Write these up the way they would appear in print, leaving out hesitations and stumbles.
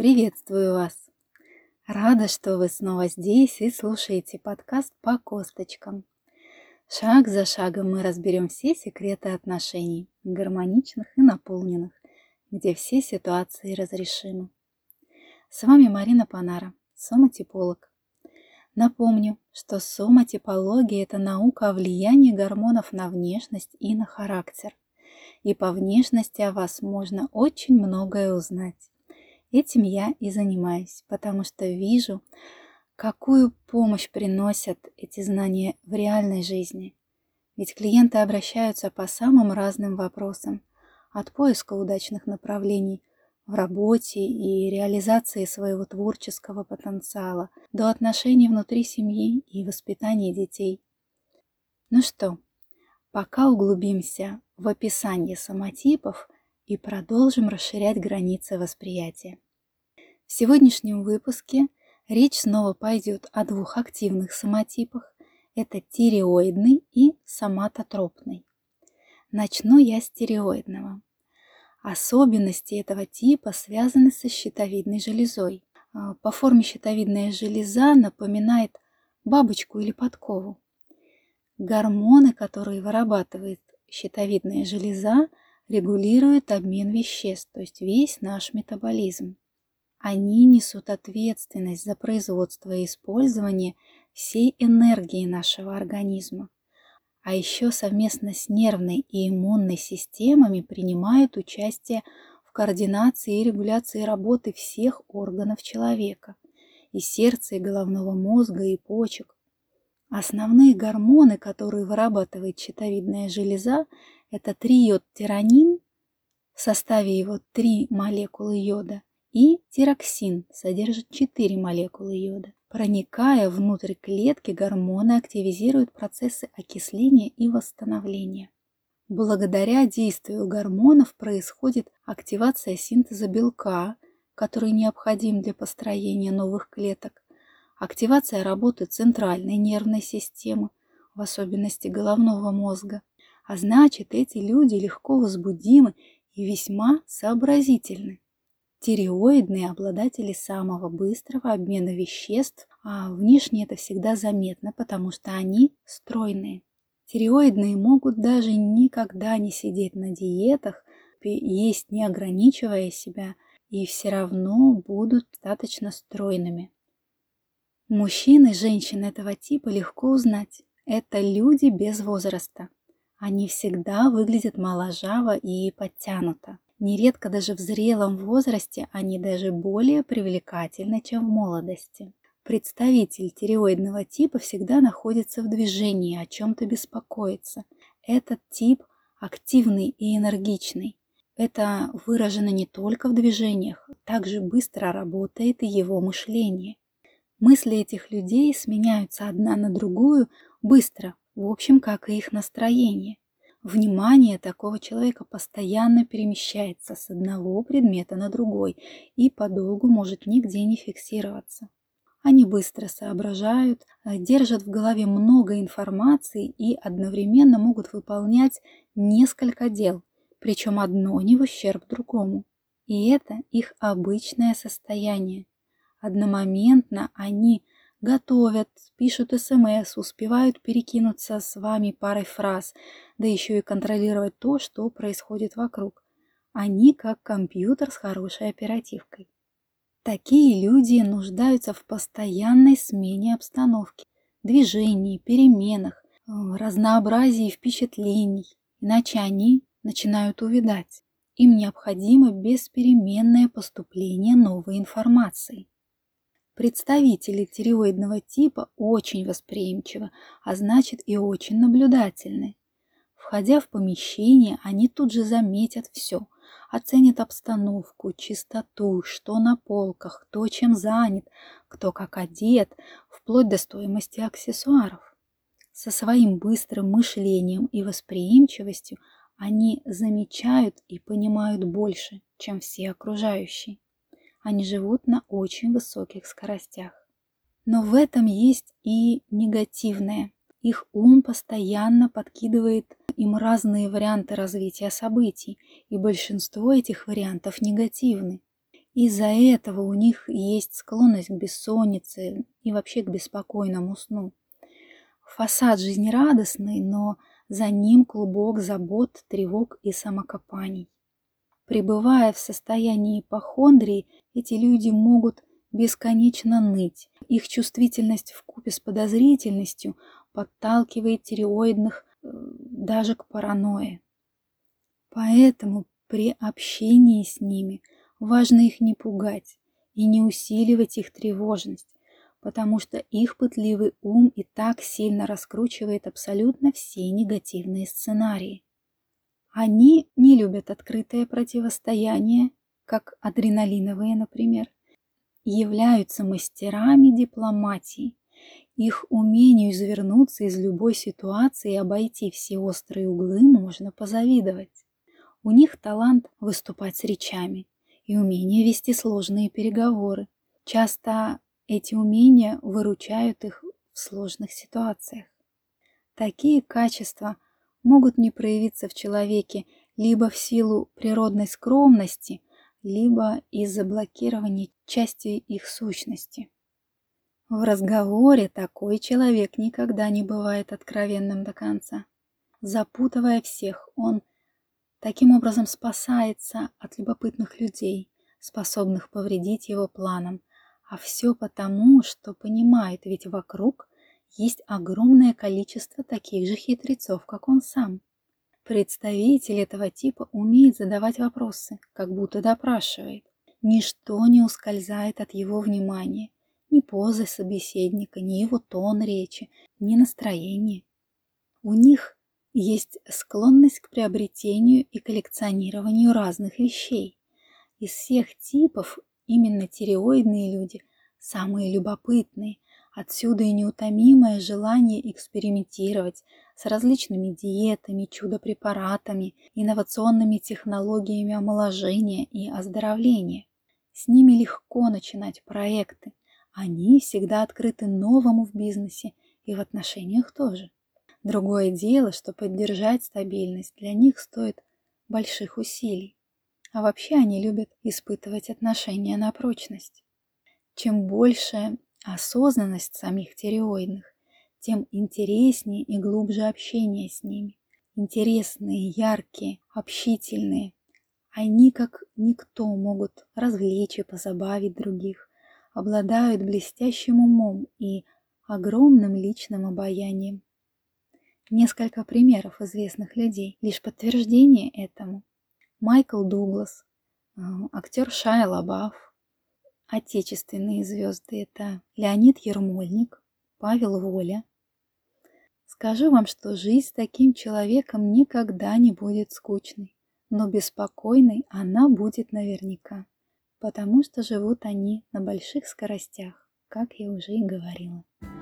Приветствую вас! Рада, что вы снова здесь и слушаете подкаст по косточкам. Шаг за шагом мы разберем все секреты отношений, гармоничных и наполненных, где все ситуации разрешимы. С вами Марина Панара, соматиполог. Напомню, что соматипология – это наука о влиянии гормонов на внешность и на характер. И по внешности о вас можно очень многое узнать. Этим я и занимаюсь, потому что вижу, какую помощь приносят эти знания в реальной жизни. Ведь клиенты обращаются по самым разным вопросам, от поиска удачных направлений в работе и реализации своего творческого потенциала до отношений внутри семьи и воспитания детей. Ну что, пока углубимся в описание соматипов и продолжим расширять границы восприятия. В сегодняшнем выпуске речь снова пойдет о двух активных соматипах. Это тиреоидный и соматотропный. Начну я с тиреоидного. Особенности этого типа связаны со щитовидной железой. По форме щитовидная железа напоминает бабочку или подкову. Гормоны, которые вырабатывает щитовидная железа, регулируют обмен веществ, то есть весь наш метаболизм. Они несут ответственность за производство и использование всей энергии нашего организма. А еще совместно с нервной и иммунной системами принимают участие в координации и регуляции работы всех органов человека, и сердца, и головного мозга, и почек. Основные гормоны, которые вырабатывает щитовидная железа, это трииодтиронин, в составе его 3 молекулы йода, и тироксин содержит 4 молекулы йода. Проникая внутрь клетки, гормоны активизируют процессы окисления и восстановления. Благодаря действию гормонов происходит активация синтеза белка, который необходим для построения новых клеток, активация работы центральной нервной системы, в особенности головного мозга. А значит, эти люди легко возбудимы и весьма сообразительны. Тиреоидные обладатели самого быстрого обмена веществ, а внешне это всегда заметно, потому что они стройные. Тиреоидные могут даже никогда не сидеть на диетах, есть не ограничивая себя, и все равно будут достаточно стройными. Мужчин и женщин этого типа легко узнать. Это люди без возраста. Они всегда выглядят моложаво и подтянуто. Нередко даже в зрелом возрасте они даже более привлекательны, чем в молодости. Представитель тиреоидного типа всегда находится в движении, о чем-то беспокоится. Этот тип активный и энергичный. Это выражено не только в движениях, также быстро работает и его мышление. Мысли этих людей сменяются одна на другую быстро, в общем, как и их настроение. Внимание такого человека постоянно перемещается с одного предмета на другой и подолгу может нигде не фиксироваться. Они быстро соображают, держат в голове много информации и одновременно могут выполнять несколько дел, причем одно не в ущерб другому. И это их обычное состояние. Одномоментно они готовят, пишут СМС, успевают перекинуться с вами парой фраз, да еще и контролировать то, что происходит вокруг. Они как компьютер с хорошей оперативкой. Такие люди нуждаются в постоянной смене обстановки, движении, переменах, разнообразии впечатлений, иначе они начинают увядать. Им необходимо беспеременное поступление новой информации. Представители тиреоидного типа очень восприимчивы, а значит и очень наблюдательны. Входя в помещение, они тут же заметят все, оценят обстановку, чистоту, что на полках, кто чем занят, кто как одет, вплоть до стоимости аксессуаров. Со своим быстрым мышлением и восприимчивостью они замечают и понимают больше, чем все окружающие. Они живут на очень высоких скоростях. Но в этом есть и негативное. Их ум постоянно подкидывает им разные варианты развития событий, и большинство этих вариантов негативны. Из-за этого у них есть склонность к бессоннице и вообще к беспокойному сну. Фасад жизнерадостный, но за ним клубок забот, тревог и самокопаний. Пребывая в состоянии ипохондрии, эти люди могут бесконечно ныть. Их чувствительность вкупе с подозрительностью подталкивает тиреоидных даже к паранойе. Поэтому при общении с ними важно их не пугать и не усиливать их тревожность, потому что их пытливый ум и так сильно раскручивает абсолютно все негативные сценарии. Они не любят открытое противостояние, как адреналиновые, например, и являются мастерами дипломатии. Их умению извернуться из любой ситуации и обойти все острые углы можно позавидовать. У них талант выступать с речами и умение вести сложные переговоры. Часто эти умения выручают их в сложных ситуациях. Такие качества могут не проявиться в человеке либо в силу природной скромности, либо из-за блокирования части их сущности. В разговоре такой человек никогда не бывает откровенным до конца. Запутывая всех, он таким образом спасается от любопытных людей, способных повредить его планам, а все потому, что понимает, ведь вокруг есть огромное количество таких же хитрецов, как он сам. Представитель этого типа умеет задавать вопросы, как будто допрашивает. Ничто не ускользает от его внимания, ни позы собеседника, ни его тон речи, ни настроение. У них есть склонность к приобретению и коллекционированию разных вещей. Из всех типов именно тиреоидные люди самые любопытные. Отсюда и неутомимое желание экспериментировать с различными диетами, чудо-препаратами, инновационными технологиями омоложения и оздоровления. С ними легко начинать проекты. Они всегда открыты новому в бизнесе и в отношениях тоже. Другое дело, что поддержать стабильность для них стоит больших усилий. А вообще они любят испытывать отношения на прочность. Чем больше осознанность самих тиреоидных, тем интереснее и глубже общение с ними. Интересные, яркие, общительные. Они, как никто, могут развлечь и позабавить других, обладают блестящим умом и огромным личным обаянием. Несколько примеров известных людей, лишь подтверждение этому. Майкл Дуглас, актер Шайа Лабаф. Отечественные звезды — это Леонид Ермольник, Павел Воля. Скажу вам, что жизнь с таким человеком никогда не будет скучной, но беспокойной она будет наверняка, потому что живут они на больших скоростях, как я уже и говорила.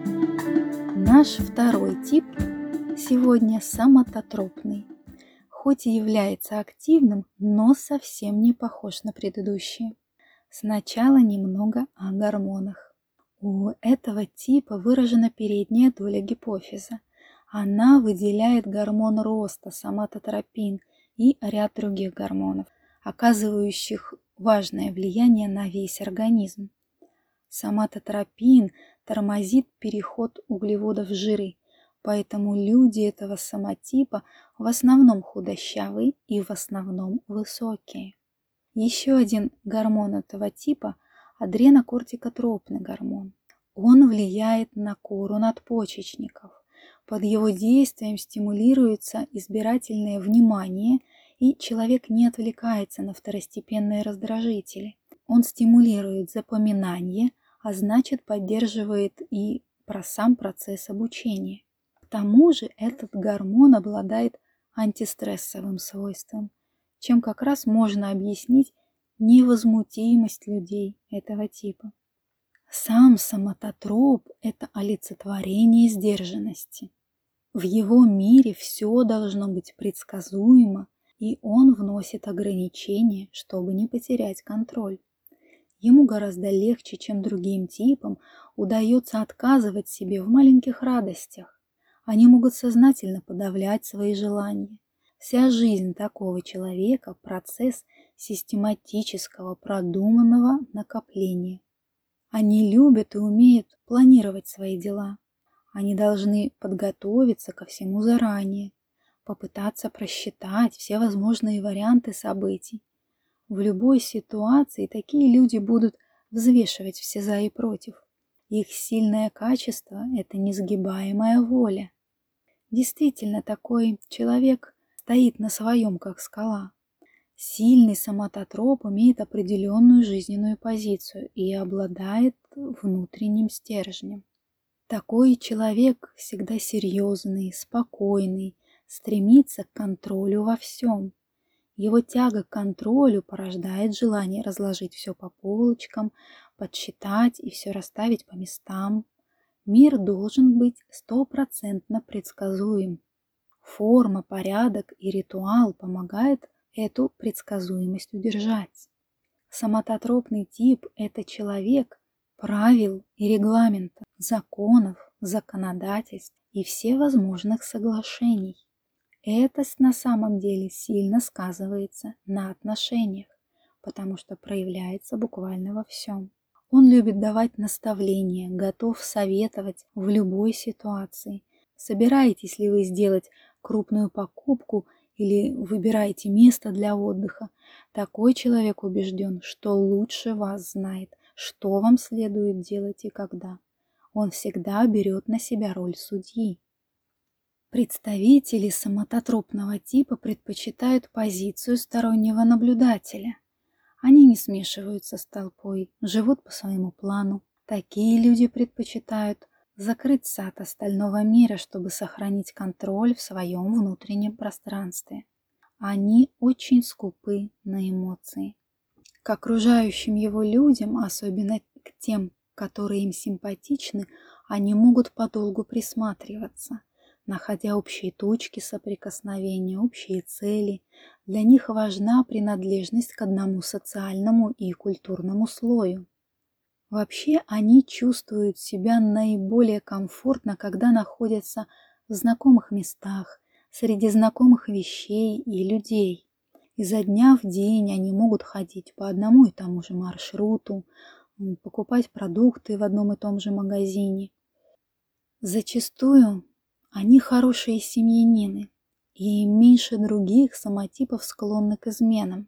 Наш второй тип сегодня самототропный, хоть и является активным, но совсем не похож на предыдущие. Сначала немного о гормонах. У этого типа выражена передняя доля гипофиза. Она выделяет гормон роста, соматотропин и ряд других гормонов, оказывающих важное влияние на весь организм. Соматотропин тормозит переход углеводов в жиры, поэтому люди этого самотипа в основном худощавые и в основном высокие. Еще один гормон этого типа – адренокортикотропный гормон. Он влияет на кору надпочечников. Под его действием стимулируется избирательное внимание, и человек не отвлекается на второстепенные раздражители. Он стимулирует запоминание, а значит поддерживает и сам процесс обучения. К тому же этот гормон обладает антистрессовым свойством, чем как раз можно объяснить невозмутимость людей этого типа. Сам соматотроп – это олицетворение сдержанности. В его мире все должно быть предсказуемо, и он вносит ограничения, чтобы не потерять контроль. Ему гораздо легче, чем другим типам, удается отказывать себе в маленьких радостях. Они могут сознательно подавлять свои желания, Вся жизнь такого человека– процесс систематического, продуманного накопления. Они любят и умеют планировать свои дела. Они должны подготовиться ко всему заранее, попытаться просчитать все возможные варианты событий. В любой ситуации такие люди будут взвешивать все за и против. Их сильное качество– это несгибаемая воля. Действительно, такой человек стоит на своем, как скала. Сильный соматотроп имеет определенную жизненную позицию и обладает внутренним стержнем. Такой человек всегда серьезный, спокойный, стремится к контролю во всем. Его тяга к контролю порождает желание разложить все по полочкам, подсчитать и все расставить по местам. Мир должен быть стопроцентно предсказуем. Форма, порядок и ритуал помогают эту предсказуемость удержать. Соматотропный тип– это человек правил и регламента, законов, законодательств и всевозможных соглашений. Это на самом деле сильно сказывается на отношениях, потому что проявляется буквально во всем. Он любит давать наставления, готов советовать в любой ситуации. Собираетесь ли вы сделать крупную покупку или выбираете место для отдыха? Такой человек убежден, что лучше вас знает, что вам следует делать и когда. Он всегда берет на себя роль судьи. Представители соматотропного типа предпочитают позицию стороннего наблюдателя. Они не смешиваются с толпой, живут по своему плану. Такие люди предпочитают закрыться от остального мира, чтобы сохранить контроль в своем внутреннем пространстве. Они очень скупы на эмоции. К окружающим его людям, особенно к тем, которые им симпатичны, они могут подолгу присматриваться, находя общие точки соприкосновения, общие цели. Для них важна принадлежность к одному социальному и культурному слою. Вообще они чувствуют себя наиболее комфортно, когда находятся в знакомых местах, среди знакомых вещей и людей. Изо дня в день они могут ходить по одному и тому же маршруту, покупать продукты в одном и том же магазине. Зачастую они хорошие семьянины и меньше других соматипов склонны к изменам.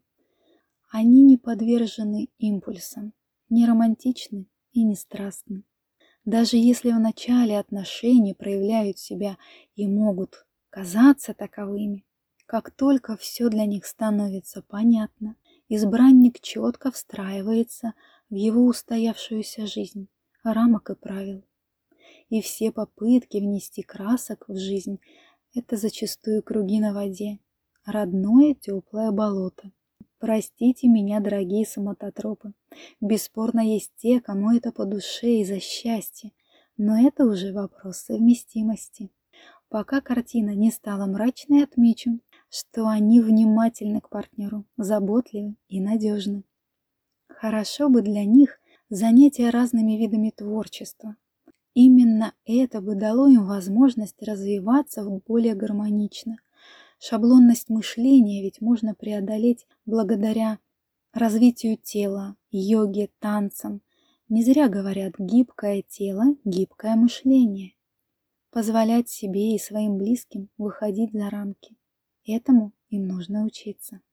Они не подвержены импульсам, не романтичны и не страстны. Даже если в начале отношений проявляют себя и могут казаться таковыми, как только все для них становится понятно, избранник четко встраивается в его устоявшуюся жизнь, рамок и правил. И все попытки внести красок в жизнь– это зачастую круги на воде, родное теплое болото. Простите меня, дорогие соматотропы. Бесспорно, есть те, кому это по душе и за счастье, но это уже вопрос совместимости. Пока картина не стала мрачной, отмечу, что они внимательны к партнеру, заботливы и надежны. Хорошо бы для них занятия разными видами творчества. Именно это бы дало им возможность развиваться более гармонично. Шаблонность мышления ведь можно преодолеть благодаря развитию тела, йоге, танцам. Не зря говорят «гибкое тело, гибкое мышление». Позволять себе и своим близким выходить за рамки. Этому им нужно учиться.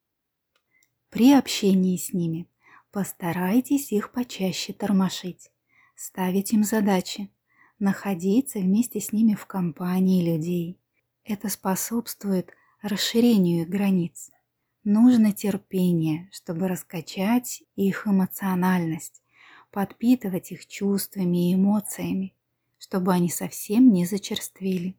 При общении с ними постарайтесь их почаще тормошить, ставить им задачи, находиться вместе с ними в компании людей. Это способствует расширению их границ. Нужно терпение, чтобы раскачать их эмоциональность, подпитывать их чувствами и эмоциями, чтобы они совсем не зачерствели.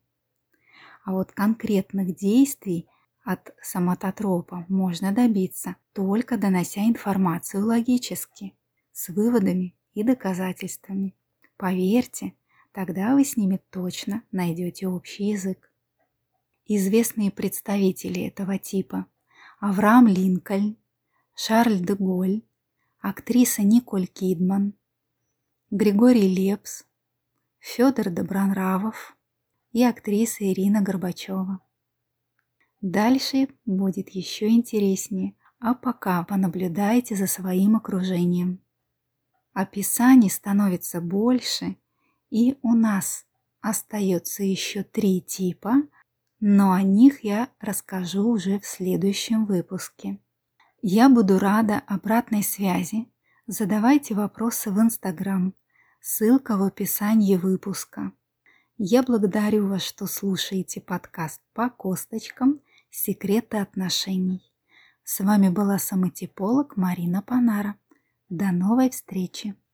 А вот конкретных действий от соматотропа можно добиться, только донося информацию логически, с выводами и доказательствами. Поверьте, тогда вы с ними точно найдете общий язык. Известные представители этого типа: Авраам Линкольн, Шарль де Голль, актриса Николь Кидман, Григорий Лепс, Федор Добронравов и актриса Ирина Горбачева. Дальше будет еще интереснее, а пока понаблюдайте за своим окружением. Описаний становится больше, и у нас остается еще 3 типа, но о них я расскажу уже в следующем выпуске. Я буду рада обратной связи. Задавайте вопросы в Инстаграм. Ссылка в описании выпуска. Я благодарю вас, что слушаете подкаст по косточкам «Секреты отношений». С вами была самотиполог Марина Панара. До новой встречи!